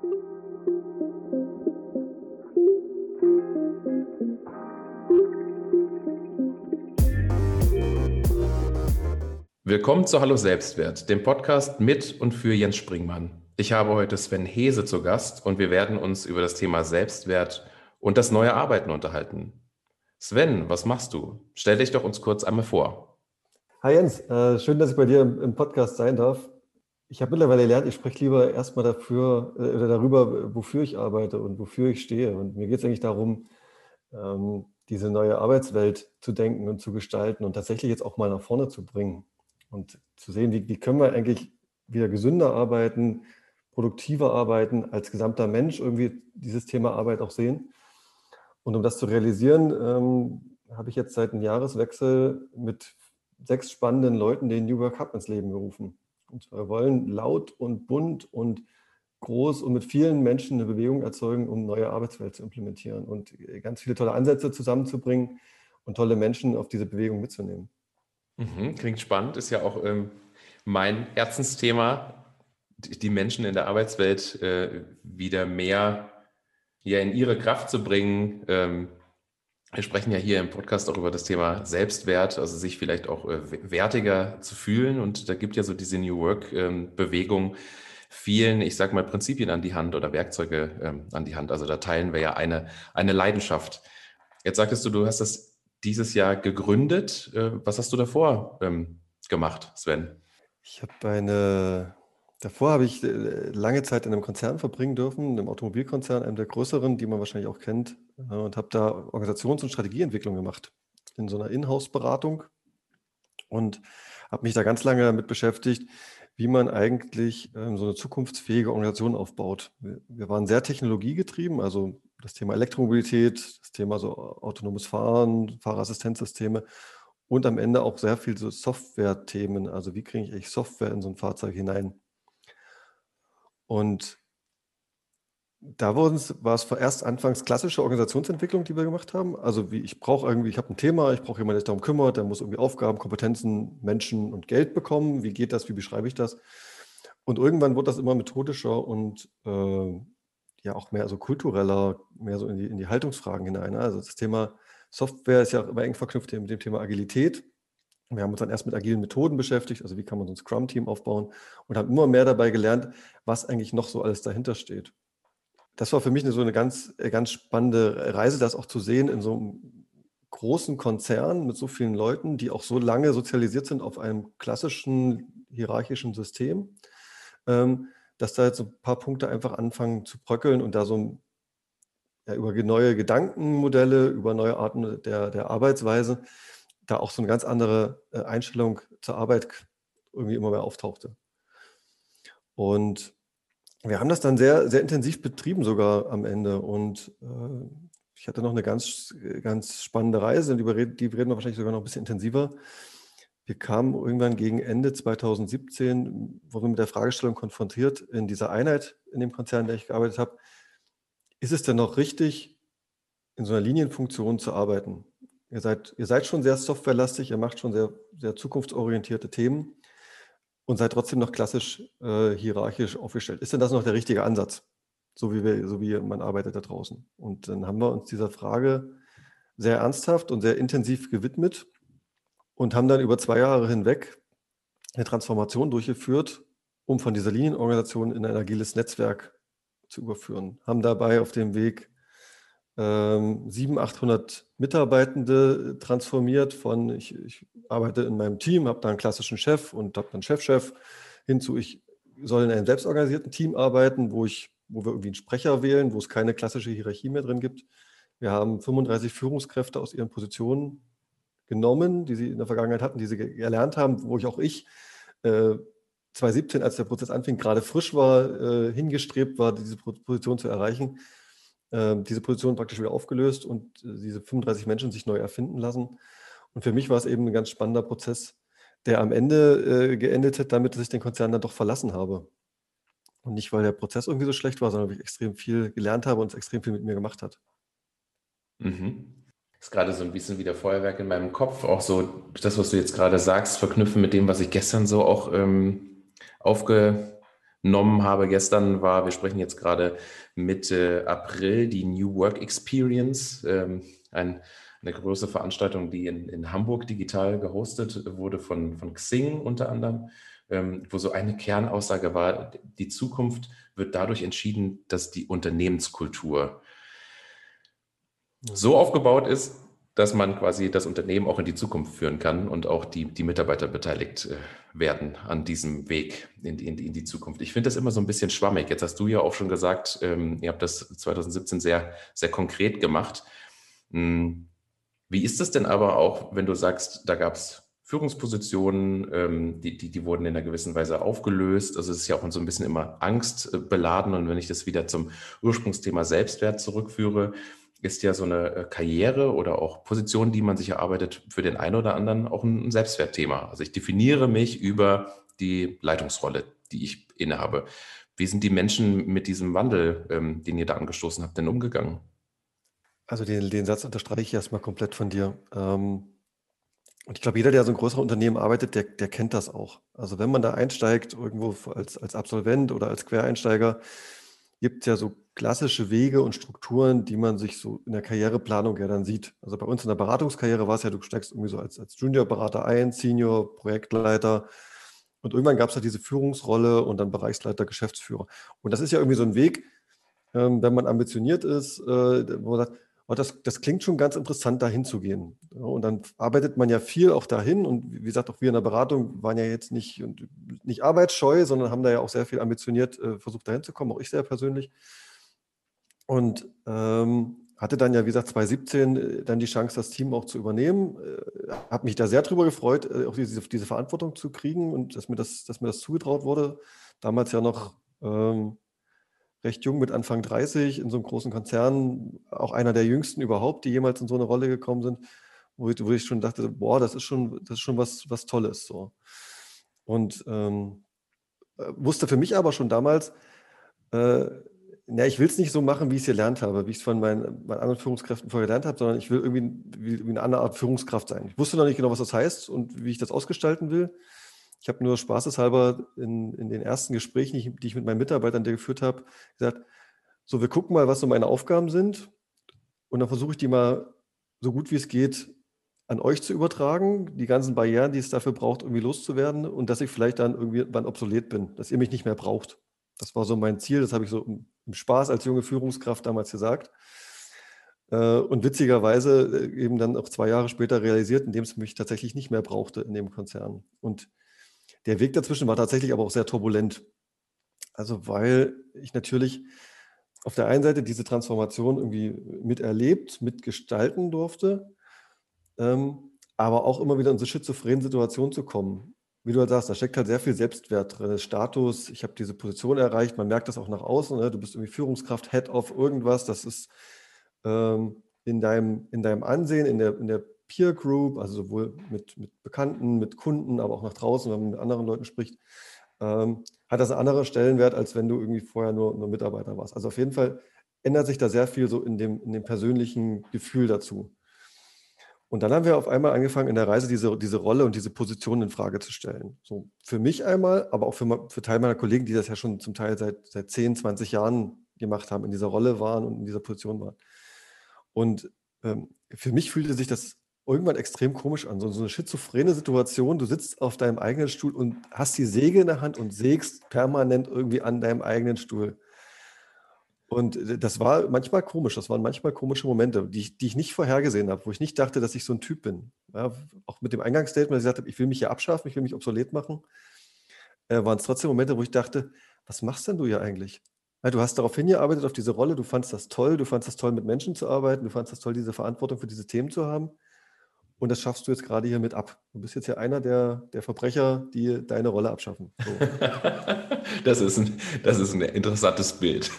Willkommen zu Hallo Selbstwert, dem Podcast mit und für Jens Springmann. Ich habe heute Sven Hese zu Gast und wir werden uns über das Thema Selbstwert und das neue Arbeiten unterhalten. Sven, was machst du? Stell dich doch uns kurz einmal vor. Hi Jens, schön, dass ich bei dir im Podcast sein darf. Ich habe mittlerweile gelernt, ich spreche lieber erstmal oder darüber, wofür ich arbeite und wofür ich stehe. Und mir geht es eigentlich darum, diese neue Arbeitswelt zu denken und zu gestalten und tatsächlich jetzt auch mal nach vorne zu bringen und zu sehen, wie können wir eigentlich wieder gesünder arbeiten, produktiver arbeiten, als gesamter Mensch irgendwie dieses Thema Arbeit auch sehen. Und um das zu realisieren, habe ich jetzt seit einem Jahreswechsel mit 6 spannenden Leuten den New Work Hub ins Leben gerufen. Und wir wollen laut und bunt und groß und mit vielen Menschen eine Bewegung erzeugen, um neue Arbeitswelt zu implementieren und ganz viele tolle Ansätze zusammenzubringen und tolle Menschen auf diese Bewegung mitzunehmen. Klingt spannend, ist ja auch mein Herzensthema, die Menschen in der Arbeitswelt wieder mehr in ihre Kraft zu bringen. Wir sprechen ja hier im Podcast auch über das Thema Selbstwert, also sich vielleicht auch wertiger zu fühlen. Und da gibt ja so diese New Work-Bewegung vielen, ich sag mal, Prinzipien an die Hand oder Werkzeuge an die Hand. Also da teilen wir ja eine Leidenschaft. Jetzt sagtest du, du hast das dieses Jahr gegründet. Was hast du davor gemacht, Sven? Davor habe ich lange Zeit in einem Konzern verbringen dürfen, einem Automobilkonzern, einem der größeren, die man wahrscheinlich auch kennt, und habe da Organisations- und Strategieentwicklung gemacht in so einer Inhouse-Beratung und habe mich da ganz lange damit beschäftigt, wie man eigentlich so eine zukunftsfähige Organisation aufbaut. Wir waren sehr technologiegetrieben, also das Thema Elektromobilität, das Thema so autonomes Fahren, Fahrerassistenzsysteme und am Ende auch sehr viel so Software-Themen. Also wie kriege ich eigentlich Software in so ein Fahrzeug hinein? Und da war es erst anfangs klassische Organisationsentwicklung, die wir gemacht haben. Also ich habe ein Thema, ich brauche jemanden, der sich darum kümmert, der muss irgendwie Aufgaben, Kompetenzen, Menschen und Geld bekommen. Wie geht das? Wie beschreibe ich das? Und irgendwann wurde das immer methodischer und ja auch mehr so kultureller, mehr so in die Haltungsfragen hinein. Also das Thema Software ist ja auch immer eng verknüpft mit dem Thema Agilität. Wir haben uns dann erst mit agilen Methoden beschäftigt, also wie kann man so ein Scrum-Team aufbauen und haben immer mehr dabei gelernt, was eigentlich noch so alles dahinter steht. Das war für mich so eine ganz spannende Reise, das auch zu sehen in so einem großen Konzern mit so vielen Leuten, die auch so lange sozialisiert sind auf einem klassischen hierarchischen System, dass da jetzt so ein paar Punkte einfach anfangen zu bröckeln und da über neue Gedankenmodelle, über neue Arten der Arbeitsweise, da auch so eine ganz andere Einstellung zur Arbeit irgendwie immer mehr auftauchte. Und wir haben das dann sehr, sehr intensiv betrieben sogar am Ende und ich hatte noch eine ganz, ganz spannende Reise und die reden wir wahrscheinlich sogar noch ein bisschen intensiver. Wir kamen irgendwann gegen Ende 2017, wurden wir mit der Fragestellung konfrontiert in dieser Einheit in dem Konzern, in der ich gearbeitet habe, ist es denn noch richtig, in so einer Linienfunktion zu arbeiten? Ihr seid schon sehr softwarelastig, ihr macht schon sehr, sehr zukunftsorientierte Themen und seid trotzdem noch klassisch hierarchisch aufgestellt. Ist denn das noch der richtige Ansatz, so wie man arbeitet da draußen? Und dann haben wir uns dieser Frage sehr ernsthaft und sehr intensiv gewidmet und haben dann über 2 Jahre hinweg eine Transformation durchgeführt, um von dieser Linienorganisation in ein agiles Netzwerk zu überführen. Haben dabei auf dem Weg 700, 800 Mitarbeitende transformiert von, ich arbeite in meinem Team, habe da einen klassischen Chef und habe dann Chefchef, hinzu, ich soll in einem selbstorganisierten Team arbeiten, wo wir irgendwie einen Sprecher wählen, wo es keine klassische Hierarchie mehr drin gibt. Wir haben 35 Führungskräfte aus ihren Positionen genommen, die sie in der Vergangenheit hatten, die sie gelernt haben, wo ich 2017, als der Prozess anfing, gerade frisch war, hingestrebt war, diese Position zu erreichen, diese Position praktisch wieder aufgelöst und diese 35 Menschen sich neu erfinden lassen. Und für mich war es eben ein ganz spannender Prozess, der am Ende geendet hat, damit ich den Konzern dann doch verlassen habe. Und nicht, weil der Prozess irgendwie so schlecht war, sondern weil ich extrem viel gelernt habe und es extrem viel mit mir gemacht hat. Ist gerade so ein bisschen wie der Feuerwerk in meinem Kopf, auch so das, was du jetzt gerade sagst, verknüpfen mit dem, was ich gestern so auch wahrgenommen habe gestern war, wir sprechen jetzt gerade Mitte April, die New Work Experience, eine große Veranstaltung, die in Hamburg digital gehostet wurde von Xing unter anderem, wo so eine Kernaussage war, die Zukunft wird dadurch entschieden, dass die Unternehmenskultur so aufgebaut ist, dass man quasi das Unternehmen auch in die Zukunft führen kann und auch die Mitarbeiter beteiligt werden an diesem Weg in die Zukunft. Ich finde das immer so ein bisschen schwammig. Jetzt hast du ja auch schon gesagt, ihr habt das 2017 sehr, sehr konkret gemacht. Wie ist das denn aber auch, wenn du sagst, da gab es Führungspositionen, die wurden in einer gewissen Weise aufgelöst. Also es ist ja auch so ein bisschen immer angstbeladen. Und wenn ich das wieder zum Ursprungsthema Selbstwert zurückführe, ist ja so eine Karriere oder auch Position, die man sich erarbeitet, für den einen oder anderen auch ein Selbstwertthema. Also ich definiere mich über die Leitungsrolle, die ich innehabe. Wie sind die Menschen mit diesem Wandel, den ihr da angestoßen habt, denn umgegangen? Also den Satz unterstreiche ich erstmal komplett von dir. Und ich glaube, jeder, der so ein größeres Unternehmen arbeitet, der kennt das auch. Also wenn man da einsteigt, irgendwo als Absolvent oder als Quereinsteiger, gibt es ja so klassische Wege und Strukturen, die man sich so in der Karriereplanung ja dann sieht. Also bei uns in der Beratungskarriere war es ja, du steigst irgendwie so als Junior-Berater ein, Senior, Projektleiter. Und irgendwann gab es ja diese Führungsrolle und dann Bereichsleiter, Geschäftsführer. Und das ist ja irgendwie so ein Weg, wenn man ambitioniert ist, wo man sagt, oh, das klingt schon ganz interessant, dahin zu gehen. Ja, und dann arbeitet man ja viel auch dahin. Und wie gesagt, auch wir in der Beratung waren ja jetzt nicht arbeitsscheu, sondern haben da ja auch sehr viel ambitioniert versucht, dahin zu kommen, auch ich sehr persönlich. Und hatte dann ja, wie gesagt, 2017 dann die Chance, das Team auch zu übernehmen. Habe mich da sehr drüber gefreut, auch diese Verantwortung zu kriegen und dass mir das zugetraut wurde. Damals ja noch recht jung mit Anfang 30 in so einem großen Konzern, auch einer der jüngsten überhaupt, die jemals in so eine Rolle gekommen sind, wo ich schon dachte, boah, das ist schon was Tolles so. Und wusste für mich aber schon damals, ich will es nicht so machen, wie ich es gelernt habe, wie ich es von meinen anderen Führungskräften vorher gelernt habe, sondern ich will irgendwie wie eine andere Art Führungskraft sein. Ich wusste noch nicht genau, was das heißt und wie ich das ausgestalten will. Ich habe nur spaßeshalber in den ersten Gesprächen, die ich mit meinen Mitarbeitern geführt habe, gesagt, so, wir gucken mal, was so meine Aufgaben sind und dann versuche ich die mal so gut wie es geht an euch zu übertragen, die ganzen Barrieren, die es dafür braucht, irgendwie loszuwerden und dass ich vielleicht dann irgendwann obsolet bin, dass ihr mich nicht mehr braucht. Das war so mein Ziel, das habe ich so im Spaß als junge Führungskraft damals gesagt. Und witzigerweise eben dann auch 2 Jahre später realisiert, indem es mich tatsächlich nicht mehr brauchte in dem Konzern. Und der Weg dazwischen war tatsächlich aber auch sehr turbulent. Also weil ich natürlich auf der einen Seite diese Transformation irgendwie miterlebt, mitgestalten durfte, aber auch immer wieder in so schizophrene Situationen zu kommen. Wie du halt sagst, da steckt halt sehr viel Selbstwert drin, Status, ich habe diese Position erreicht, man merkt das auch nach außen, ne? Du bist irgendwie Führungskraft, Head of irgendwas, das ist in deinem Ansehen, in der Peer Group, also sowohl mit Bekannten, mit Kunden, aber auch nach draußen, wenn man mit anderen Leuten spricht, hat das einen anderen Stellenwert, als wenn du irgendwie vorher nur Mitarbeiter warst. Also auf jeden Fall ändert sich da sehr viel so in dem persönlichen Gefühl dazu. Und dann haben wir auf einmal angefangen, in der Reise diese Rolle und diese Position in Frage zu stellen. So für mich einmal, aber auch für Teil meiner Kollegen, die das ja schon zum Teil seit 10, 20 Jahren gemacht haben, in dieser Rolle waren und in dieser Position waren. Und für mich fühlte sich das irgendwann extrem komisch an. So eine schizophrene Situation, du sitzt auf deinem eigenen Stuhl und hast die Säge in der Hand und sägst permanent irgendwie an deinem eigenen Stuhl. Und das war manchmal komisch, das waren manchmal komische Momente, die ich nicht vorhergesehen habe, wo ich nicht dachte, dass ich so ein Typ bin. Ja, auch mit dem Eingangsstatement, dass ich gesagt habe, ich will mich hier abschaffen, ich will mich obsolet machen, waren es trotzdem Momente, wo ich dachte, was machst denn du hier eigentlich? Ja, du hast darauf hingearbeitet, auf diese Rolle, du fandst das toll, mit Menschen zu arbeiten, du fandst das toll, diese Verantwortung für diese Themen zu haben. Und das schaffst du jetzt gerade hier mit ab. Du bist jetzt ja einer der Verbrecher, die deine Rolle abschaffen. So. Das ist ein interessantes Bild.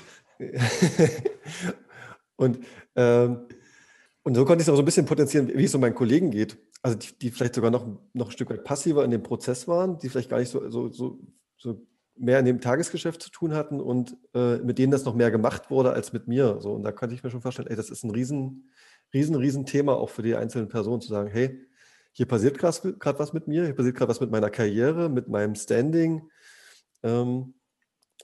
Und, ähm, und so konnte ich es auch so ein bisschen potenzieren, wie es so meinen Kollegen geht. Also die vielleicht sogar noch ein Stück weit passiver in dem Prozess waren, die vielleicht gar nicht so mehr in dem Tagesgeschäft zu tun hatten und mit denen das noch mehr gemacht wurde als mit mir. So. Und da konnte ich mir schon vorstellen, ey, das ist ein riesen Thema auch für die einzelnen Personen, zu sagen, hey, hier passiert gerade was mit mir, hier passiert gerade was mit meiner Karriere, mit meinem Standing.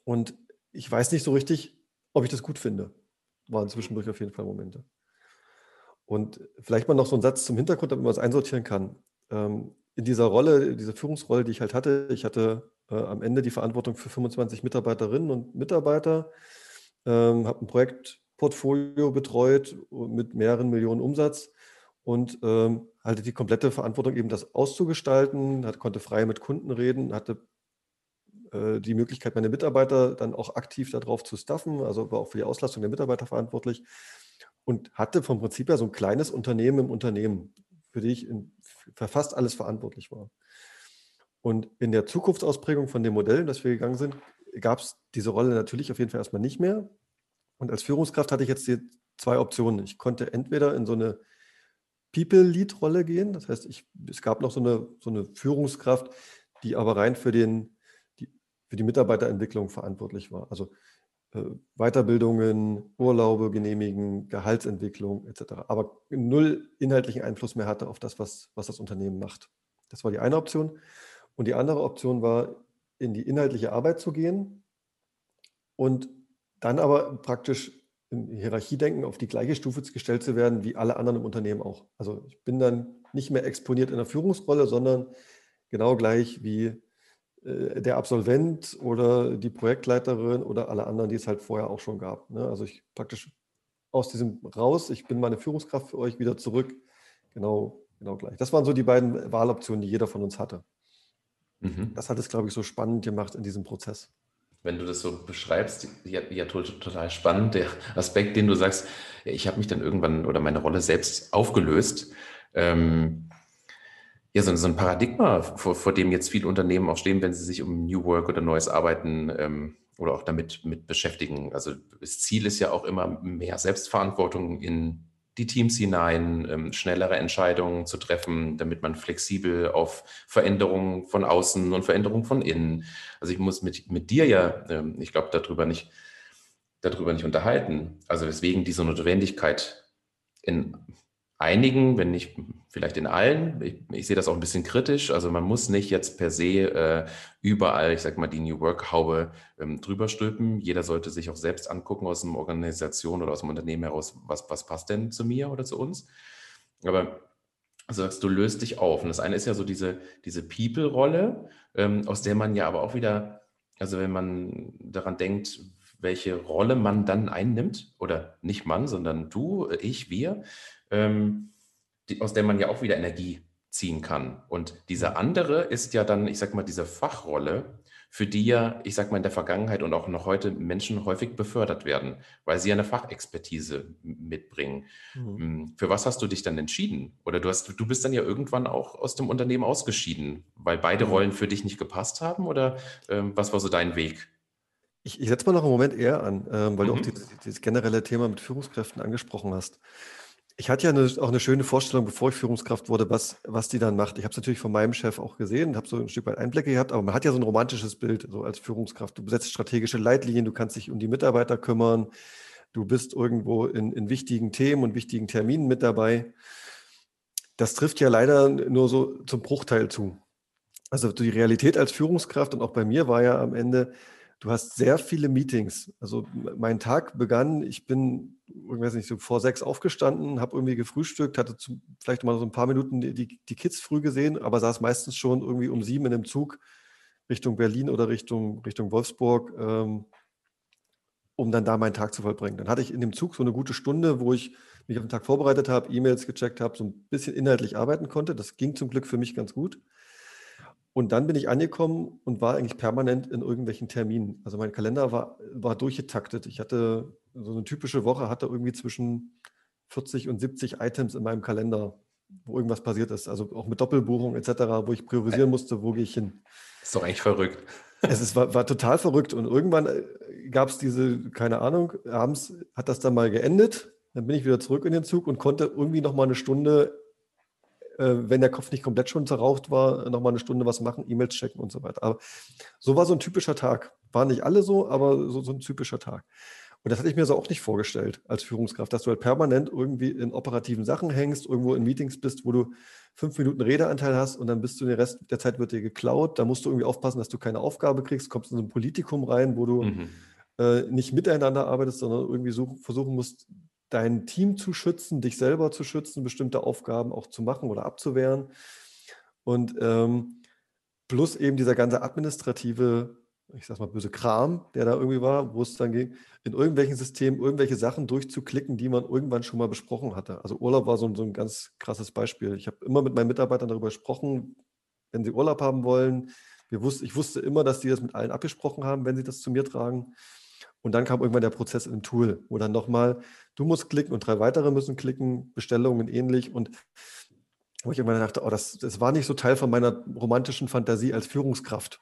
Und ich weiß nicht so richtig, ob ich das gut finde. Waren zwischendurch auf jeden Fall Momente. Und vielleicht mal noch so ein Satz zum Hintergrund, damit man es einsortieren kann. In dieser Rolle, diese Führungsrolle, die ich halt hatte, ich hatte am Ende die Verantwortung für 25 Mitarbeiterinnen und Mitarbeiter, habe ein Projektportfolio betreut mit mehreren Millionen Umsatz und hatte die komplette Verantwortung, eben das auszugestalten, konnte frei mit Kunden reden, hatte die Möglichkeit, meine Mitarbeiter dann auch aktiv darauf zu staffen, also war auch für die Auslastung der Mitarbeiter verantwortlich und hatte vom Prinzip her so ein kleines Unternehmen im Unternehmen, für die ich für fast alles verantwortlich war. Und in der Zukunftsausprägung von dem Modell, in das wir gegangen sind, gab es diese Rolle natürlich auf jeden Fall erstmal nicht mehr. Und als Führungskraft hatte ich jetzt die zwei Optionen. Ich konnte entweder in so eine People-Lead-Rolle gehen, das heißt, es gab noch so eine Führungskraft, die aber rein für die Mitarbeiterentwicklung verantwortlich war. Also Weiterbildungen, Urlaube genehmigen, Gehaltsentwicklung etc. Aber null inhaltlichen Einfluss mehr hatte auf das, was das Unternehmen macht. Das war die eine Option. Und die andere Option war, in die inhaltliche Arbeit zu gehen und dann aber praktisch im Hierarchiedenken auf die gleiche Stufe gestellt zu werden wie alle anderen im Unternehmen auch. Also ich bin dann nicht mehr exponiert in der Führungsrolle, sondern genau gleich wie der Absolvent oder die Projektleiterin oder alle anderen, die es halt vorher auch schon gab. Ne? Also ich praktisch aus diesem raus, ich bin meine Führungskraft für euch, wieder zurück, genau gleich. Das waren so die beiden Wahloptionen, die jeder von uns hatte. Das hat es, glaube ich, so spannend gemacht in diesem Prozess. Wenn du das so beschreibst, ja, total spannend. Der Aspekt, den du sagst, ja, ich habe mich dann irgendwann oder meine Rolle selbst aufgelöst. Ja, so ein Paradigma, vor dem jetzt viele Unternehmen auch stehen, wenn sie sich um New Work oder neues Arbeiten oder auch damit mit beschäftigen. Also das Ziel ist ja auch immer mehr Selbstverantwortung in die Teams hinein, schnellere Entscheidungen zu treffen, damit man flexibel auf Veränderungen von außen und Veränderungen von innen. Also ich muss mit dir ja, ich glaube, darüber nicht unterhalten. Also weswegen diese Notwendigkeit in einigen, wenn nicht vielleicht in allen. Ich sehe das auch ein bisschen kritisch. Also man muss nicht jetzt per se überall, ich sag mal, die New Work-Haube drüber stülpen. Jeder sollte sich auch selbst angucken aus einer Organisation oder aus dem Unternehmen heraus, was passt denn zu mir oder zu uns. Aber also sagst du, löst dich auf. Und das eine ist ja so diese People-Rolle, aus der man ja aber auch wieder, also wenn man daran denkt, welche Rolle man dann einnimmt, oder nicht man, sondern du, ich, wir, aus der man ja auch wieder Energie ziehen kann. Und dieser andere ist ja dann, ich sag mal, diese Fachrolle, für die ja, ich sag mal, in der Vergangenheit und auch noch heute Menschen häufig befördert werden, weil sie ja eine Fachexpertise mitbringen. Für was hast du dich dann entschieden? Oder du bist dann ja irgendwann auch aus dem Unternehmen ausgeschieden, weil beide Rollen für dich nicht gepasst haben? Oder was war so dein Weg? Ich setze mal noch einen Moment eher an, weil du auch dieses generelle Thema mit Führungskräften angesprochen hast. Ich hatte ja auch eine schöne Vorstellung, bevor ich Führungskraft wurde, was die dann macht. Ich habe es natürlich von meinem Chef auch gesehen und habe so ein Stück weit Einblicke gehabt, aber man hat ja so ein romantisches Bild so als Führungskraft. Du setzt strategische Leitlinien, du kannst dich um die Mitarbeiter kümmern, du bist irgendwo in wichtigen Themen und wichtigen Terminen mit dabei. Das trifft ja leider nur so zum Bruchteil zu. Also die Realität als Führungskraft und auch bei mir war ja am Ende, du hast sehr viele Meetings. Also mein Tag begann, ich bin, ich weiß nicht, so vor 6 aufgestanden, habe irgendwie gefrühstückt, hatte vielleicht mal so ein paar Minuten die Kids früh gesehen, aber saß meistens schon irgendwie um 7 in einem Zug Richtung Berlin oder Richtung Wolfsburg, um dann da meinen Tag zu vollbringen. Dann hatte ich in dem Zug so eine gute Stunde, wo ich mich auf den Tag vorbereitet habe, E-Mails gecheckt habe, so ein bisschen inhaltlich arbeiten konnte. Das ging zum Glück für mich ganz gut. Und dann bin ich angekommen und war eigentlich permanent in irgendwelchen Terminen. Also mein Kalender war durchgetaktet. Ich hatte so eine typische Woche, hatte irgendwie zwischen 40 und 70 Items in meinem Kalender, wo irgendwas passiert ist. Also auch mit Doppelbuchung etc., wo ich priorisieren musste, wo gehe ich hin. Ist doch eigentlich verrückt. War total verrückt. Und irgendwann gab es keine Ahnung, abends hat das dann mal geendet. Dann bin ich wieder zurück in den Zug und konnte irgendwie noch mal eine Stunde, wenn der Kopf nicht komplett schon zerraucht war, noch mal eine Stunde was machen, E-Mails checken und so weiter. Aber so war so ein typischer Tag waren nicht alle so, aber so ein typischer Tag. Und das hatte ich mir so auch nicht vorgestellt als Führungskraft, dass du halt permanent irgendwie in operativen Sachen hängst, irgendwo in Meetings bist, wo du 5 Minuten Redeanteil hast und dann bist du den Rest der Zeit wird dir geklaut. Da musst du irgendwie aufpassen, dass du keine Aufgabe kriegst, kommst in so ein Politikum rein, wo du nicht miteinander arbeitest, sondern irgendwie versuchen musst, dein Team zu schützen, dich selber zu schützen, bestimmte Aufgaben auch zu machen oder abzuwehren. Und plus eben dieser ganze administrative, ich sag mal böse Kram, der da irgendwie war, wo es dann ging, in irgendwelchen Systemen irgendwelche Sachen durchzuklicken, die man irgendwann schon mal besprochen hatte. Also Urlaub war so ein ganz krasses Beispiel. Ich habe immer mit meinen Mitarbeitern darüber gesprochen, wenn sie Urlaub haben wollen. Ich wusste immer, dass die das mit allen abgesprochen haben, wenn sie das zu mir tragen. Und dann kam irgendwann der Prozess im Tool, wo dann nochmal, du musst klicken und 3 weitere müssen klicken, Bestellungen ähnlich. Und wo ich irgendwann dachte, oh, das war nicht so Teil von meiner romantischen Fantasie als Führungskraft.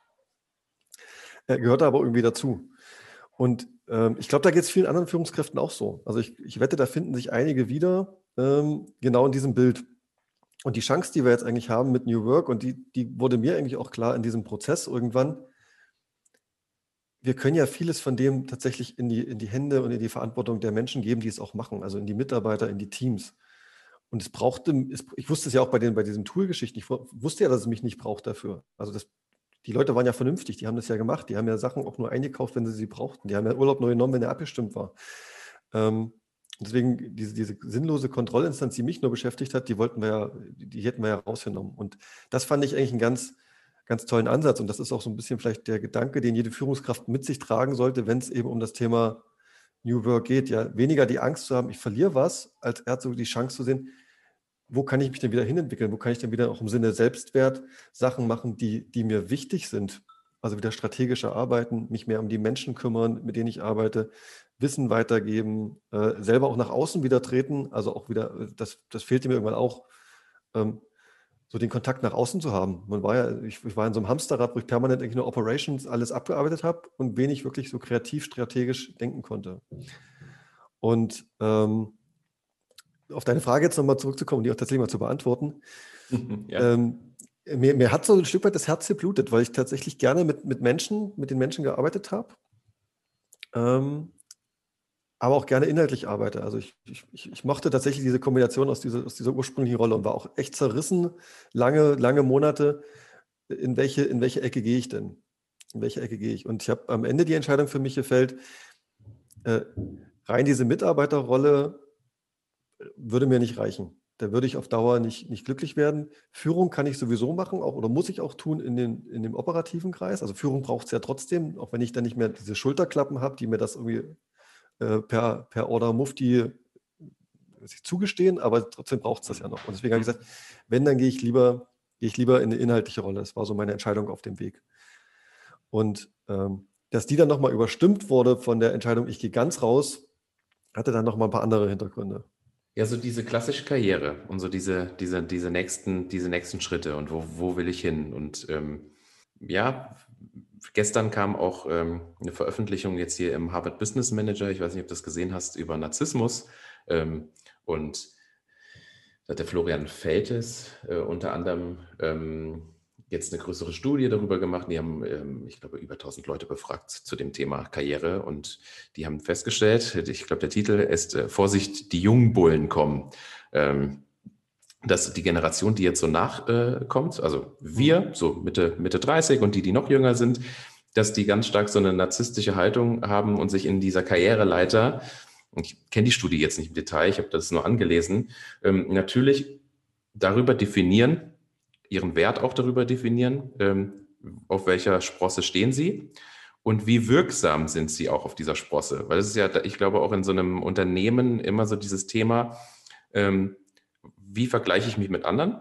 Gehört aber irgendwie dazu. Und ich glaube, da geht es vielen anderen Führungskräften auch so. Also ich wette, da finden sich einige wieder genau in diesem Bild. Und die Chance, die wir jetzt eigentlich haben mit New Work, und die wurde mir eigentlich auch klar in diesem Prozess irgendwann, wir können ja vieles von dem tatsächlich in die Hände und in die Verantwortung der Menschen geben, die es auch machen, also in die Mitarbeiter, in die Teams. Und ich wusste es ja auch bei diesen Tool-Geschichten, ich wusste ja, dass es mich nicht braucht dafür. Also die Leute waren ja vernünftig, die haben das ja gemacht, die haben ja Sachen auch nur eingekauft, wenn sie brauchten. Die haben ja Urlaub nur genommen, wenn er abgestimmt war. Deswegen diese sinnlose Kontrollinstanz, die mich nur beschäftigt hat, die hätten wir ja rausgenommen. Und das fand ich eigentlich einen ganz, ganz tollen Ansatz. Und das ist auch so ein bisschen vielleicht der Gedanke, den jede Führungskraft mit sich tragen sollte, wenn es eben um das Thema New Work geht. Ja, weniger die Angst zu haben, ich verliere was, als eher so die Chance zu sehen, wo kann ich mich denn wieder hinentwickeln? Wo kann ich denn wieder auch im Sinne Selbstwert Sachen machen, die mir wichtig sind? Also wieder strategischer arbeiten, mich mehr um die Menschen kümmern, mit denen ich arbeite, Wissen weitergeben, selber auch nach außen wieder treten. Also auch wieder, das fehlte mir irgendwann auch, so den Kontakt nach außen zu haben. Ich war in so einem Hamsterrad, wo ich permanent eigentlich nur Operations alles abgearbeitet habe und wenig wirklich so kreativ, strategisch denken konnte. Und auf deine Frage jetzt nochmal zurückzukommen, die auch tatsächlich mal zu beantworten. Ja. Mir hat so ein Stück weit das Herz geblutet, weil ich tatsächlich gerne mit den Menschen gearbeitet habe, aber auch gerne inhaltlich arbeite. Also ich mochte tatsächlich diese Kombination aus dieser ursprünglichen Rolle und war auch echt zerrissen, lange Monate, in welche Ecke gehe ich denn? In welche Ecke gehe ich? Und ich habe am Ende die Entscheidung für mich gefällt, rein diese Mitarbeiterrolle würde mir nicht reichen. Da würde ich auf Dauer nicht glücklich werden. Führung kann ich sowieso machen, auch oder muss ich auch tun in dem operativen Kreis. Also Führung braucht es ja trotzdem, auch wenn ich dann nicht mehr diese Schulterklappen habe, die mir das irgendwie per Order Mufti sich zugestehen, aber trotzdem braucht es das ja noch. Und deswegen habe ich gesagt, wenn, dann gehe ich lieber in eine inhaltliche Rolle. Das war so meine Entscheidung auf dem Weg. Und dass die dann nochmal überstimmt wurde von der Entscheidung, ich gehe ganz raus, hatte dann nochmal ein paar andere Hintergründe. Ja, so diese klassische Karriere und so diese nächsten Schritte und wo will ich hin? Und ja, gestern kam auch eine Veröffentlichung jetzt hier im Harvard Business Manager, ich weiß nicht, ob du das gesehen hast, über Narzissmus. Und da hat der Florian Feltes unter anderem jetzt eine größere Studie darüber gemacht. Die haben, ich glaube, über 1000 Leute befragt zu dem Thema Karriere und die haben festgestellt, ich glaube, der Titel ist Vorsicht, die jungen Bullen kommen. Dass die Generation, die jetzt so nachkommt, also wir, so Mitte 30 und die noch jünger sind, dass die ganz stark so eine narzisstische Haltung haben und sich in dieser Karriereleiter, ich kenne die Studie jetzt nicht im Detail, ich habe das nur angelesen, natürlich darüber definieren, ihren Wert auch darüber definieren, auf welcher Sprosse stehen sie und wie wirksam sind sie auch auf dieser Sprosse. Weil es ist ja, ich glaube, auch in so einem Unternehmen immer so dieses Thema, wie vergleiche ich mich mit anderen?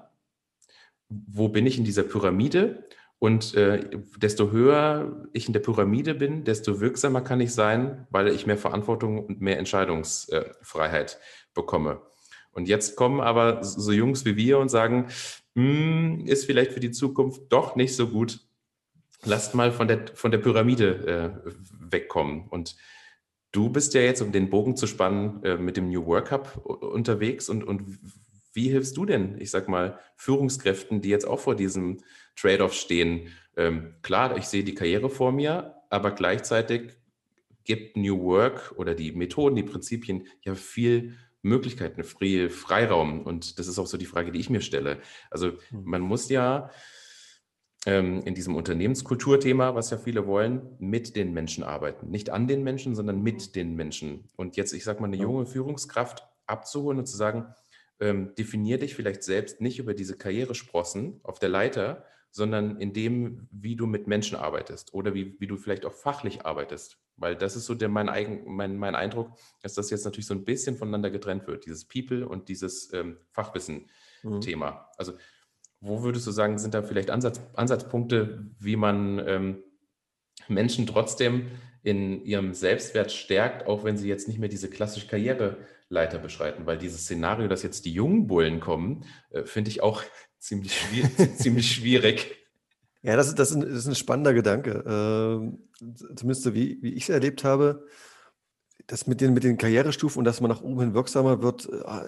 Wo bin ich in dieser Pyramide? Und desto höher ich in der Pyramide bin, desto wirksamer kann ich sein, weil ich mehr Verantwortung und mehr Entscheidungsfreiheit bekomme. Und jetzt kommen aber so Jungs wie wir und sagen, ist vielleicht für die Zukunft doch nicht so gut. Lasst mal von der Pyramide wegkommen. Und du bist ja jetzt, um den Bogen zu spannen, mit dem New Work Hub unterwegs. Und wie hilfst du denn, ich sag mal, Führungskräften, die jetzt auch vor diesem Trade-off stehen? Klar, ich sehe die Karriere vor mir, aber gleichzeitig gibt New Work oder die Methoden, die Prinzipien ja viel Möglichkeiten, viel Freiraum. Und das ist auch so die Frage, die ich mir stelle. Also Hm. man muss ja in diesem Unternehmenskulturthema, was ja viele wollen, mit den Menschen arbeiten. Nicht an den Menschen, sondern mit den Menschen. Und jetzt, ich sage mal, eine Ja. junge Führungskraft abzuholen und zu sagen, definier dich vielleicht selbst nicht über diese Karrieresprossen auf der Leiter, sondern in dem, wie du mit Menschen arbeitest oder wie du vielleicht auch fachlich arbeitest. Weil das ist so mein Eindruck, dass das jetzt natürlich so ein bisschen voneinander getrennt wird, dieses People und dieses Mhm. Fachwissen-Thema. Also wo würdest du sagen, sind da vielleicht Ansatzpunkte, wie man Menschen trotzdem in ihrem Selbstwert stärkt, auch wenn sie jetzt nicht mehr diese klassische Karriereleiter beschreiten? Weil dieses Szenario, dass jetzt die jungen Bullen kommen, finde ich auch ziemlich schwierig. Ja, das ist ein spannender Gedanke. Zumindest so wie ich es erlebt habe, das mit den Karrierestufen und dass man nach oben hin wirksamer wird,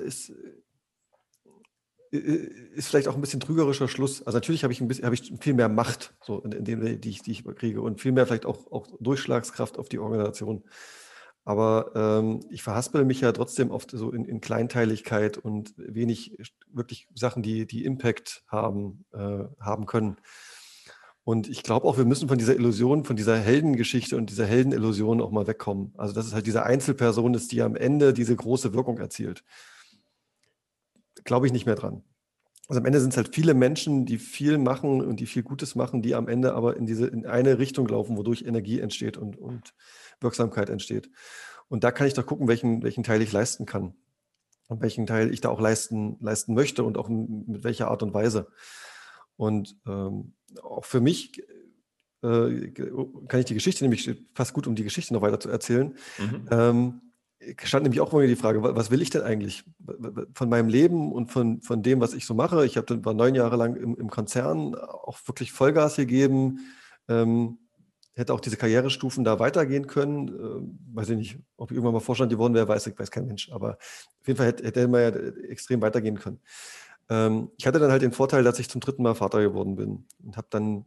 ist vielleicht auch ein bisschen trügerischer Schluss. Also natürlich habe ich viel mehr Macht, so in dem, die ich kriege und viel mehr vielleicht auch Durchschlagskraft auf die Organisation. Aber ich verhaspel mich ja trotzdem oft so in Kleinteiligkeit und wenig wirklich Sachen, die Impact haben können. Und ich glaube auch, wir müssen von dieser Illusion, von dieser Heldengeschichte und dieser Heldenillusion auch mal wegkommen. Also, dass es halt diese Einzelperson ist, die am Ende diese große Wirkung erzielt. Glaube ich nicht mehr dran. Also am Ende sind es halt viele Menschen, die viel machen und die viel Gutes machen, die am Ende aber in eine Richtung laufen, wodurch Energie entsteht und Wirksamkeit entsteht. Und da kann ich doch gucken, welchen Teil ich leisten kann und welchen Teil ich da auch leisten möchte und auch mit welcher Art und Weise. Und auch für mich kann ich die Geschichte, nämlich fast gut, um die Geschichte noch weiter zu erzählen, Mhm. stand nämlich auch immer die Frage, was will ich denn eigentlich von meinem Leben und von dem, was ich so mache? War 9 Jahre lang im Konzern, auch wirklich Vollgas gegeben, hätte auch diese Karrierestufen da weitergehen können. Weiß ich nicht, ob ich irgendwann mal Vorstand geworden wäre, weiß kein Mensch. Aber auf jeden Fall hätte man ja extrem weitergehen können. Ich hatte dann halt den Vorteil, dass ich zum 3. Mal Vater geworden bin und habe dann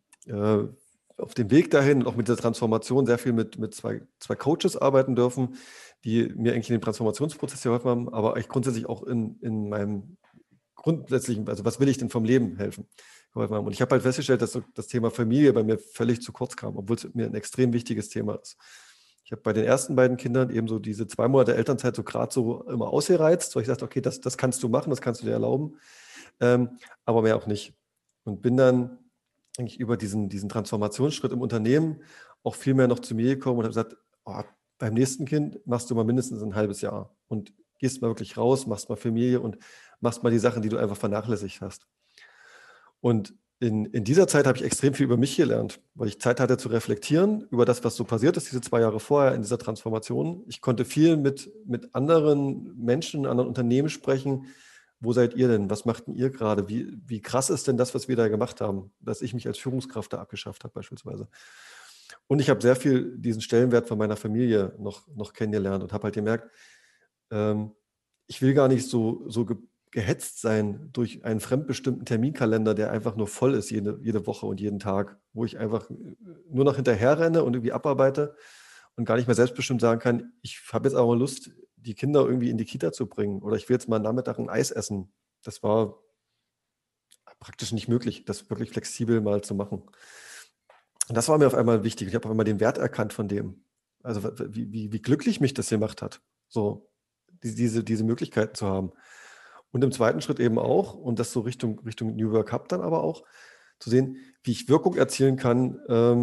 auf dem Weg dahin und auch mit der Transformation sehr viel mit zwei Coaches arbeiten dürfen, die mir eigentlich in dem Transformationsprozess geholfen haben, aber eigentlich grundsätzlich auch in meinem grundsätzlichen, also was will ich denn vom Leben geholfen haben. Und ich habe halt festgestellt, dass so das Thema Familie bei mir völlig zu kurz kam, obwohl es mir ein extrem wichtiges Thema ist. Ich habe bei den ersten beiden Kindern eben so diese 2 Monate Elternzeit so gerade so immer ausgereizt, weil ich dachte, okay, das kannst du machen, das kannst du dir erlauben, aber mehr auch nicht. Und bin dann eigentlich über diesen Transformationsschritt im Unternehmen auch viel mehr noch zu mir gekommen und habe gesagt, oh, beim nächsten Kind machst du mal mindestens ein halbes Jahr und gehst mal wirklich raus, machst mal Familie und machst mal die Sachen, die du einfach vernachlässigt hast. Und in dieser Zeit habe ich extrem viel über mich gelernt, weil ich Zeit hatte zu reflektieren über das, was so passiert ist, diese 2 Jahre vorher in dieser Transformation. Ich konnte viel mit anderen Menschen, anderen Unternehmen sprechen. Wo seid ihr denn? Was macht denn ihr gerade? Wie krass ist denn das, was wir da gemacht haben, dass ich mich als Führungskraft da abgeschafft habe beispielsweise? Und ich habe sehr viel diesen Stellenwert von meiner Familie noch kennengelernt und habe halt gemerkt, ähm, ich will gar nicht so gehetzt sein durch einen fremdbestimmten Terminkalender, der einfach nur voll ist jede Woche und jeden Tag, wo ich einfach nur noch hinterher renne und irgendwie abarbeite und gar nicht mehr selbstbestimmt sagen kann, ich habe jetzt aber mal Lust, die Kinder irgendwie in die Kita zu bringen oder ich will jetzt mal am Nachmittag ein Eis essen. Das war praktisch nicht möglich, das wirklich flexibel mal zu machen. Und das war mir auf einmal wichtig. Ich habe auf einmal den Wert erkannt von dem. Also wie glücklich mich das gemacht hat, so diese Möglichkeiten zu haben. Und im zweiten Schritt eben auch, und das so Richtung New Work Hub dann aber auch, zu sehen, wie ich Wirkung erzielen kann,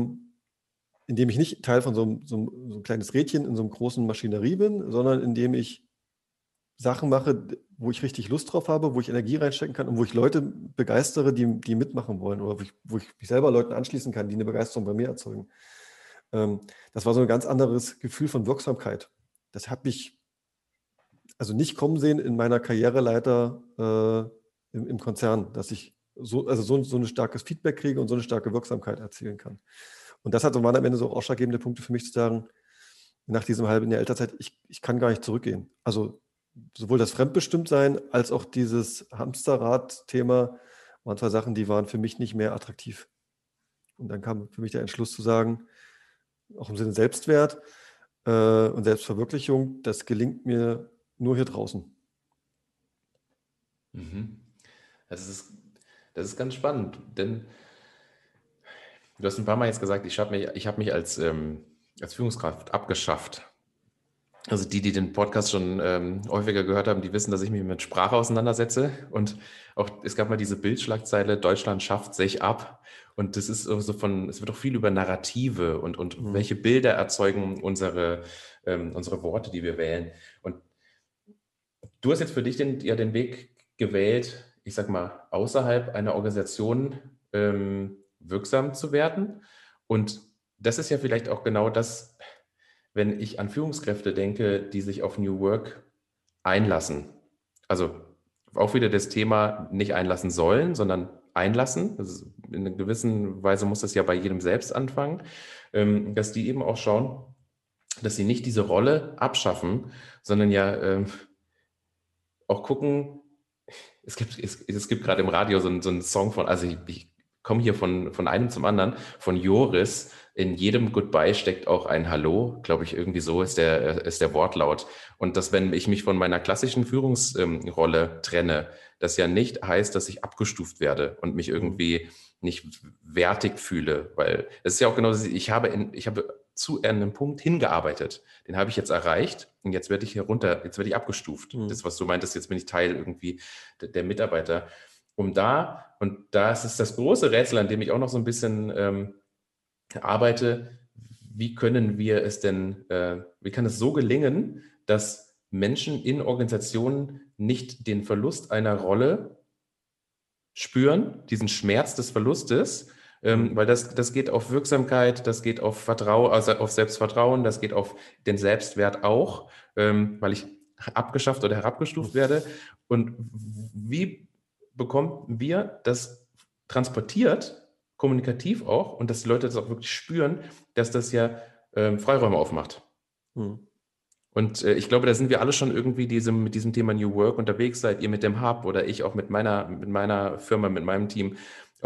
indem ich nicht Teil von so ein kleines Rädchen in so einem großen Maschinerie bin, sondern indem ich Sachen mache, wo ich richtig Lust drauf habe, wo ich Energie reinstecken kann und wo ich Leute begeistere, die mitmachen wollen oder wo ich mich selber Leuten anschließen kann, die eine Begeisterung bei mir erzeugen. Das war so ein ganz anderes Gefühl von Wirksamkeit. Das habe ich also nicht kommen sehen in meiner Karriereleiter im Konzern, dass ich so ein starkes Feedback kriege und so eine starke Wirksamkeit erzielen kann. Und das waren am Ende so ausschlaggebende Punkte für mich zu sagen, nach diesem halben Jahr Elternzeit, ich kann gar nicht zurückgehen. Also sowohl das Fremdbestimmtsein als auch dieses Hamsterrad-Thema waren 2 Sachen, die waren für mich nicht mehr attraktiv. Und dann kam für mich der Entschluss zu sagen, auch im Sinne Selbstwert und Selbstverwirklichung, das gelingt mir nur hier draußen. Mhm. Das ist, das ist ganz spannend, denn du hast ein paar Mal jetzt gesagt, ich hab mich als Führungskraft abgeschafft. Also die den Podcast schon häufiger gehört haben, die wissen, dass ich mich mit Sprache auseinandersetze. Und auch es gab mal diese Bildschlagzeile, Deutschland schafft sich ab. Und das ist so es wird auch viel über Narrative und Mhm. welche Bilder erzeugen unsere Worte, die wir wählen. Und du hast jetzt für dich den Weg gewählt, ich sag mal, außerhalb einer Organisation wirksam zu werden. Und das ist ja vielleicht auch genau das, wenn ich an Führungskräfte denke, die sich auf New Work einlassen. Also auch wieder das Thema nicht einlassen sollen, sondern einlassen. In einer gewissen Weise muss das ja bei jedem selbst anfangen, dass die eben auch schauen, dass sie nicht diese Rolle abschaffen, sondern ja auch gucken, es gibt gerade im Radio so einen Song von, also ich komme hier von einem zum anderen, von Joris. In jedem Goodbye steckt auch ein Hallo, glaube ich, irgendwie so ist der Wortlaut. Und dass, wenn ich mich von meiner klassischen Führungsrolle trenne, das ja nicht heißt, dass ich abgestuft werde und mich Mhm. irgendwie nicht wertig fühle, weil es ist ja auch genau das, ich habe zu einem Punkt hingearbeitet. Den habe ich jetzt erreicht und jetzt werde ich abgestuft. Mhm. Das, was du meintest, jetzt bin ich Teil irgendwie der Mitarbeiter. Und da ist es das große Rätsel, an dem ich auch noch so ein bisschen arbeite, wie kann es so gelingen, dass Menschen in Organisationen nicht den Verlust einer Rolle spüren, diesen Schmerz des Verlustes, Mhm. weil das geht auf Wirksamkeit, das geht auf Vertrauen, also auf Selbstvertrauen, das geht auf den Selbstwert auch, weil ich abgeschafft oder herabgestuft werde. Und wie bekommen wir das transportiert, kommunikativ auch, und dass die Leute das auch wirklich spüren, dass das ja Freiräume aufmacht? Mhm. Und ich glaube, da sind wir alle schon irgendwie mit diesem Thema New Work unterwegs, seid ihr mit dem Hub oder ich auch mit meiner Firma, mit meinem Team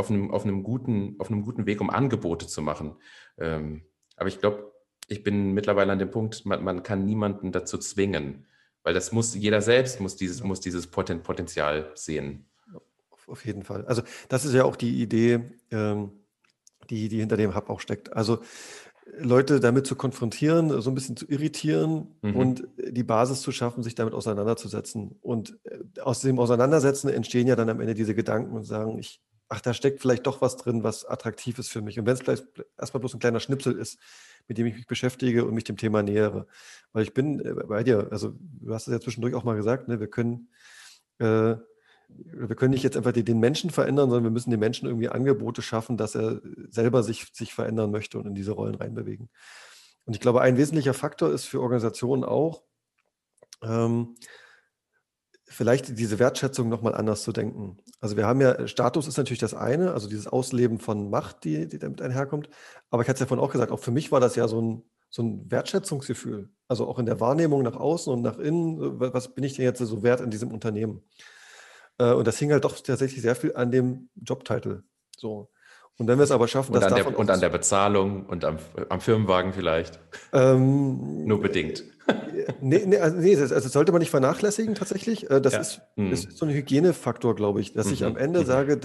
auf einem guten Weg, um Angebote zu machen. Aber ich glaube, ich bin mittlerweile an dem Punkt, man kann niemanden dazu zwingen, weil jeder selbst Ja. muss dieses Potenzial sehen. Auf jeden Fall. Also das ist ja auch die Idee, die hinter dem Hub auch steckt. Also Leute damit zu konfrontieren, so ein bisschen zu irritieren Mhm. und die Basis zu schaffen, sich damit auseinanderzusetzen. Und aus dem Auseinandersetzen entstehen ja dann am Ende diese Gedanken und sagen, ach, da steckt vielleicht doch was drin, was attraktiv ist für mich. Und wenn es vielleicht erstmal bloß ein kleiner Schnipsel ist, mit dem ich mich beschäftige und mich dem Thema nähere. Weil ich bin bei dir, also du hast es ja zwischendurch auch mal gesagt, ne, äh, wir können nicht jetzt einfach den Menschen verändern, sondern wir müssen den Menschen irgendwie Angebote schaffen, dass er selber sich verändern möchte und in diese Rollen reinbewegen. Und ich glaube, ein wesentlicher Faktor ist für Organisationen auch, ähm, vielleicht diese Wertschätzung nochmal anders zu denken. Also wir haben ja, Status ist natürlich das eine, also dieses Ausleben von Macht, die damit einherkommt. Aber ich hatte es ja vorhin auch gesagt, auch für mich war das ja so ein Wertschätzungsgefühl. Also auch in der Wahrnehmung nach außen und nach innen, was bin ich denn jetzt so wert in diesem Unternehmen? Und das hing halt doch tatsächlich sehr viel an dem Jobtitel. So. Und wenn wir es aber schaffen, das davon auch Und an der Bezahlung und am Firmenwagen vielleicht. ähm, Nur bedingt. nee, das sollte man nicht vernachlässigen tatsächlich. Das Ja. ist so ein Hygienefaktor, glaube ich, dass ich am Mhm. Ende Mhm. sage,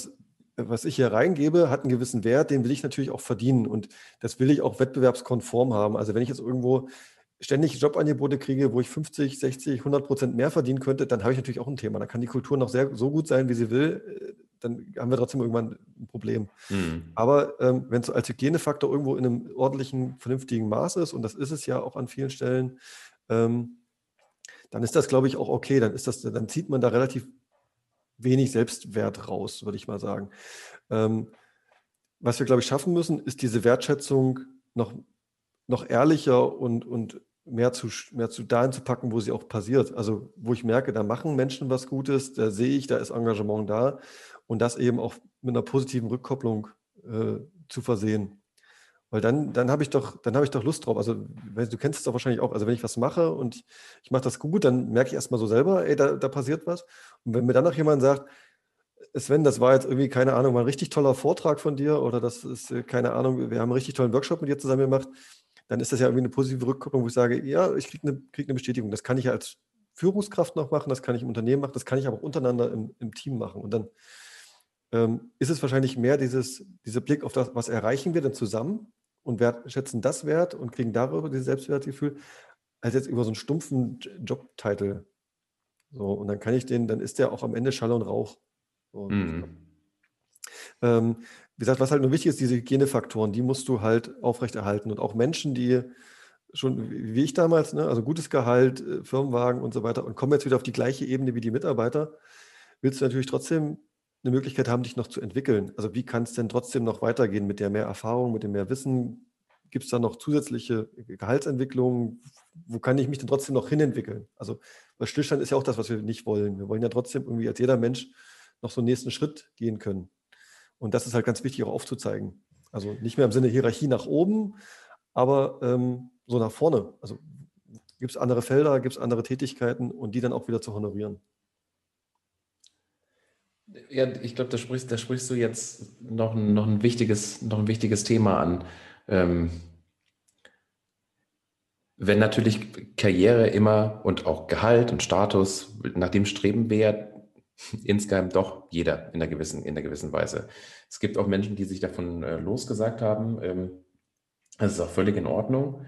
was ich hier reingebe, hat einen gewissen Wert, den will ich natürlich auch verdienen und das will ich auch wettbewerbskonform haben. Also wenn ich jetzt irgendwo ständig Jobangebote kriege, wo ich 50, 60, 100% mehr verdienen könnte, dann habe ich natürlich auch ein Thema. Da kann die Kultur noch so gut sein, wie sie will. Dann haben wir trotzdem irgendwann ein Problem. Mhm. Aber wenn es so als Hygienefaktor irgendwo in einem ordentlichen, vernünftigen Maß ist, und das ist es ja auch an vielen Stellen, ähm, dann ist das, glaube ich, auch okay. Dann zieht man da relativ wenig Selbstwert raus, würde ich mal sagen. Ähm, was wir, glaube ich, schaffen müssen, ist diese Wertschätzung noch ehrlicher und mehr zu dahin zu packen, wo sie auch passiert. Also wo ich merke, da machen Menschen was Gutes, da sehe ich, da ist Engagement da und das eben auch mit einer positiven Rückkopplung zu versehen. Weil dann habe ich doch Lust drauf. Also du kennst es doch wahrscheinlich auch. Also wenn ich was mache und ich mache das gut, dann merke ich erstmal so selber, ey, da passiert was. Und wenn mir dann noch jemand sagt, Sven, das war jetzt irgendwie, keine Ahnung, mal ein richtig toller Vortrag von dir oder das ist, keine Ahnung, wir haben einen richtig tollen Workshop mit dir zusammen gemacht, dann ist das ja irgendwie eine positive Rückkopplung, wo ich sage, ja, ich krieg eine Bestätigung. Das kann ich ja als Führungskraft noch machen, das kann ich im Unternehmen machen, das kann ich aber auch untereinander im Team machen. Und dann ist es wahrscheinlich mehr dieser Blick auf das, was erreichen wir denn zusammen und schätzen das wert und kriegen darüber dieses Selbstwertgefühl, als jetzt über so einen stumpfen Jobtitel. So, und dann dann ist der auch am Ende Schall und Rauch. So, und ich glaub, Mhm. wie gesagt, was halt nur wichtig ist, diese Hygienefaktoren, die musst du halt aufrechterhalten. Und auch Menschen, die schon, wie ich damals, ne, also gutes Gehalt, Firmenwagen und so weiter, und kommen jetzt wieder auf die gleiche Ebene wie die Mitarbeiter, willst du natürlich trotzdem eine Möglichkeit haben, dich noch zu entwickeln. Also wie kann es denn trotzdem noch weitergehen mit der mehr Erfahrung, mit dem mehr Wissen? Gibt es da noch zusätzliche Gehaltsentwicklungen? Wo kann ich mich denn trotzdem noch hinentwickeln? Also, weil Stillstand ist ja auch das, was wir nicht wollen. Wir wollen ja trotzdem irgendwie als jeder Mensch noch so einen nächsten Schritt gehen können. Und das ist halt ganz wichtig auch aufzuzeigen. Also nicht mehr im Sinne Hierarchie nach oben, aber so nach vorne. Also gibt es andere Felder, gibt es andere Tätigkeiten und die dann auch wieder zu honorieren. Ja, ich glaube, da sprichst du jetzt noch ein wichtiges Thema an. Ähm, Wenn natürlich Karriere immer und auch Gehalt und Status, nach dem streben wir ja insgeheim doch jeder in einer gewissen Weise. Es gibt auch Menschen, die sich davon losgesagt haben. Das ist auch völlig in Ordnung.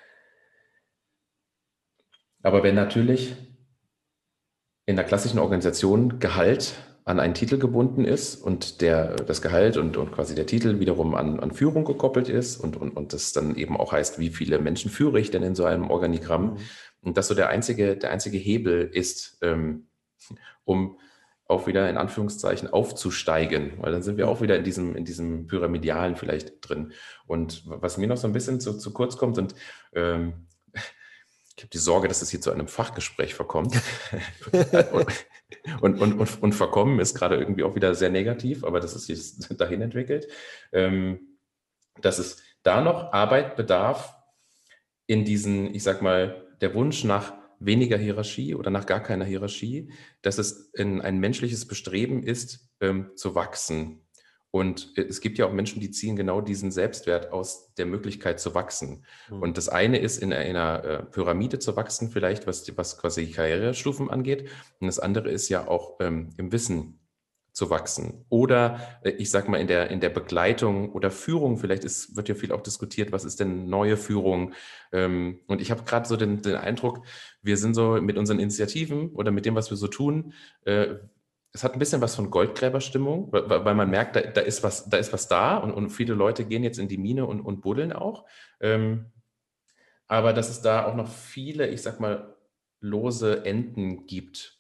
Aber wenn natürlich in der klassischen Organisation Gehalt an einen Titel gebunden ist und das Gehalt und quasi der Titel wiederum an Führung gekoppelt ist und das dann eben auch heißt, wie viele Menschen führe ich denn in so einem Organigramm, Mhm. und das so der einzige Hebel ist, um auch wieder in Anführungszeichen aufzusteigen, weil dann sind wir auch Mhm. wieder in diesem Pyramidalen vielleicht drin. Und was mir noch so ein bisschen zu kurz kommt, und ich habe die Sorge, dass es hier zu einem Fachgespräch verkommt. Und verkommen ist gerade irgendwie auch wieder sehr negativ, aber das ist sich dahin entwickelt, dass es da noch Arbeit bedarf in diesen, ich sag mal, der Wunsch nach weniger Hierarchie oder nach gar keiner Hierarchie, dass es ein menschliches Bestreben ist, zu wachsen. Und es gibt ja auch Menschen, die ziehen genau diesen Selbstwert aus der Möglichkeit zu wachsen. Mhm. Und das eine ist, in einer Pyramide zu wachsen, vielleicht, was quasi Karrierestufen angeht. Und das andere ist ja auch im Wissen zu wachsen. Oder ich sag mal, in der Begleitung oder Führung, vielleicht wird ja viel auch diskutiert, was ist denn neue Führung? Und ich habe gerade so den Eindruck, wir sind so mit unseren Initiativen oder mit dem, was wir so tun, es hat ein bisschen was von Goldgräberstimmung, weil man merkt, da ist was da, und viele Leute gehen jetzt in die Mine und buddeln auch. Ähm, aber dass es da auch noch viele, ich sag mal, lose Enden gibt,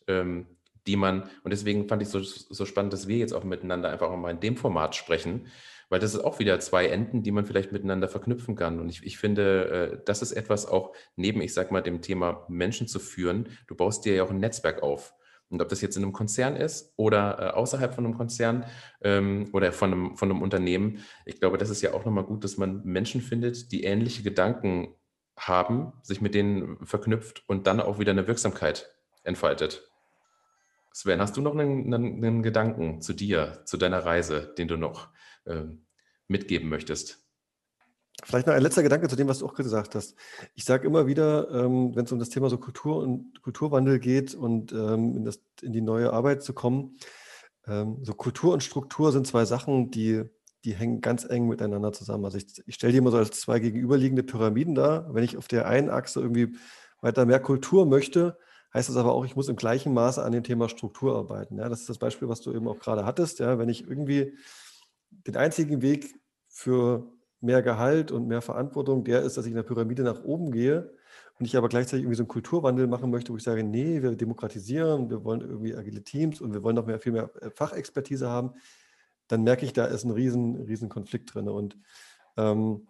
und deswegen fand ich so spannend, dass wir jetzt auch miteinander einfach auch mal in dem Format sprechen, weil das ist auch wieder zwei Enden, die man vielleicht miteinander verknüpfen kann. Und ich finde, das ist etwas auch neben, ich sag mal, dem Thema Menschen zu führen. Du baust dir ja auch ein Netzwerk auf. Und ob das jetzt in einem Konzern ist oder außerhalb von einem Konzern oder von einem Unternehmen, ich glaube, das ist ja auch nochmal gut, dass man Menschen findet, die ähnliche Gedanken haben, sich mit denen verknüpft und dann auch wieder eine Wirksamkeit entfaltet. Sven, hast du noch einen Gedanken zu dir, zu deiner Reise, den du noch mitgeben möchtest? Vielleicht noch ein letzter Gedanke zu dem, was du auch gesagt hast. Ich sage immer wieder, wenn es um das Thema so Kultur und Kulturwandel geht und in die neue Arbeit zu kommen, so Kultur und Struktur sind zwei Sachen, die hängen ganz eng miteinander zusammen. Also ich stelle die immer so als zwei gegenüberliegende Pyramiden dar. Wenn ich auf der einen Achse irgendwie weiter mehr Kultur möchte, heißt das aber auch, ich muss im gleichen Maße an dem Thema Struktur arbeiten. Ja, das ist das Beispiel, was du eben auch gerade hattest. Ja, wenn ich irgendwie den einzigen Weg für mehr Gehalt und mehr Verantwortung, der ist, dass ich in der Pyramide nach oben gehe und ich aber gleichzeitig irgendwie so einen Kulturwandel machen möchte, wo ich sage, nee, wir demokratisieren, wir wollen irgendwie agile Teams und wir wollen noch viel mehr Fachexpertise haben, dann merke ich, da ist ein riesen Konflikt drin. Und ähm,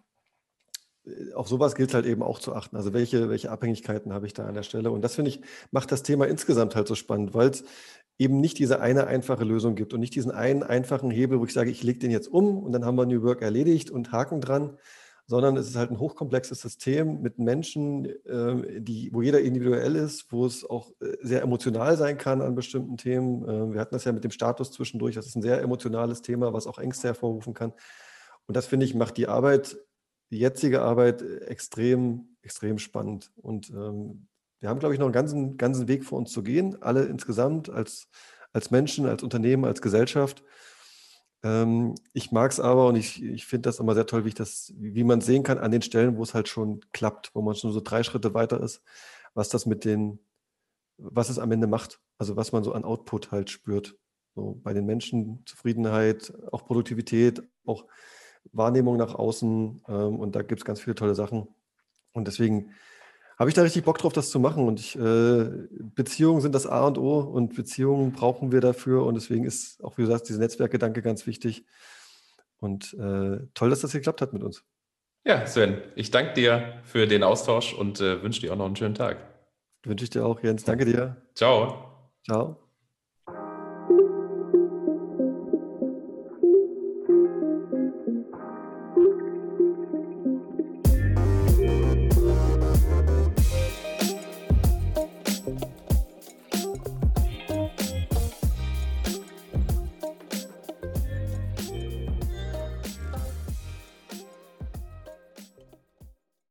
auf sowas gilt es halt eben auch zu achten. Also welche Abhängigkeiten habe ich da an der Stelle? Und das, finde ich, macht das Thema insgesamt halt so spannend, weil es eben nicht diese eine einfache Lösung gibt und nicht diesen einen einfachen Hebel, wo ich sage, ich lege den jetzt um und dann haben wir New Work erledigt und Haken dran, sondern es ist halt ein hochkomplexes System mit Menschen, wo jeder individuell ist, wo es auch sehr emotional sein kann an bestimmten Themen. Wir hatten das ja mit dem Status zwischendurch. Das ist ein sehr emotionales Thema, was auch Ängste hervorrufen kann. Und das, finde ich, macht die jetzige Arbeit extrem, extrem spannend. Und wir haben, glaube ich, noch einen ganzen Weg vor uns zu gehen, alle insgesamt als Menschen, als Unternehmen, als Gesellschaft. Ich mag es aber und ich finde das immer sehr toll, wie man sehen kann an den Stellen, wo es halt schon klappt, wo man schon so 3 Schritte weiter ist, was es am Ende macht. Also was man so an Output halt spürt. So bei den Menschen Zufriedenheit, auch Produktivität, auch Wahrnehmung nach außen. Und da gibt es ganz viele tolle Sachen. Und deswegen habe ich da richtig Bock drauf, das zu machen. Und Beziehungen sind das A und O und Beziehungen brauchen wir dafür. Und deswegen ist auch, wie du sagst, dieser Netzwerkgedanke ganz wichtig. Und toll, dass das geklappt hat mit uns. Ja, Sven, ich danke dir für den Austausch und wünsche dir auch noch einen schönen Tag. Wünsche ich dir auch, Jens. Danke dir. Ciao. Ciao.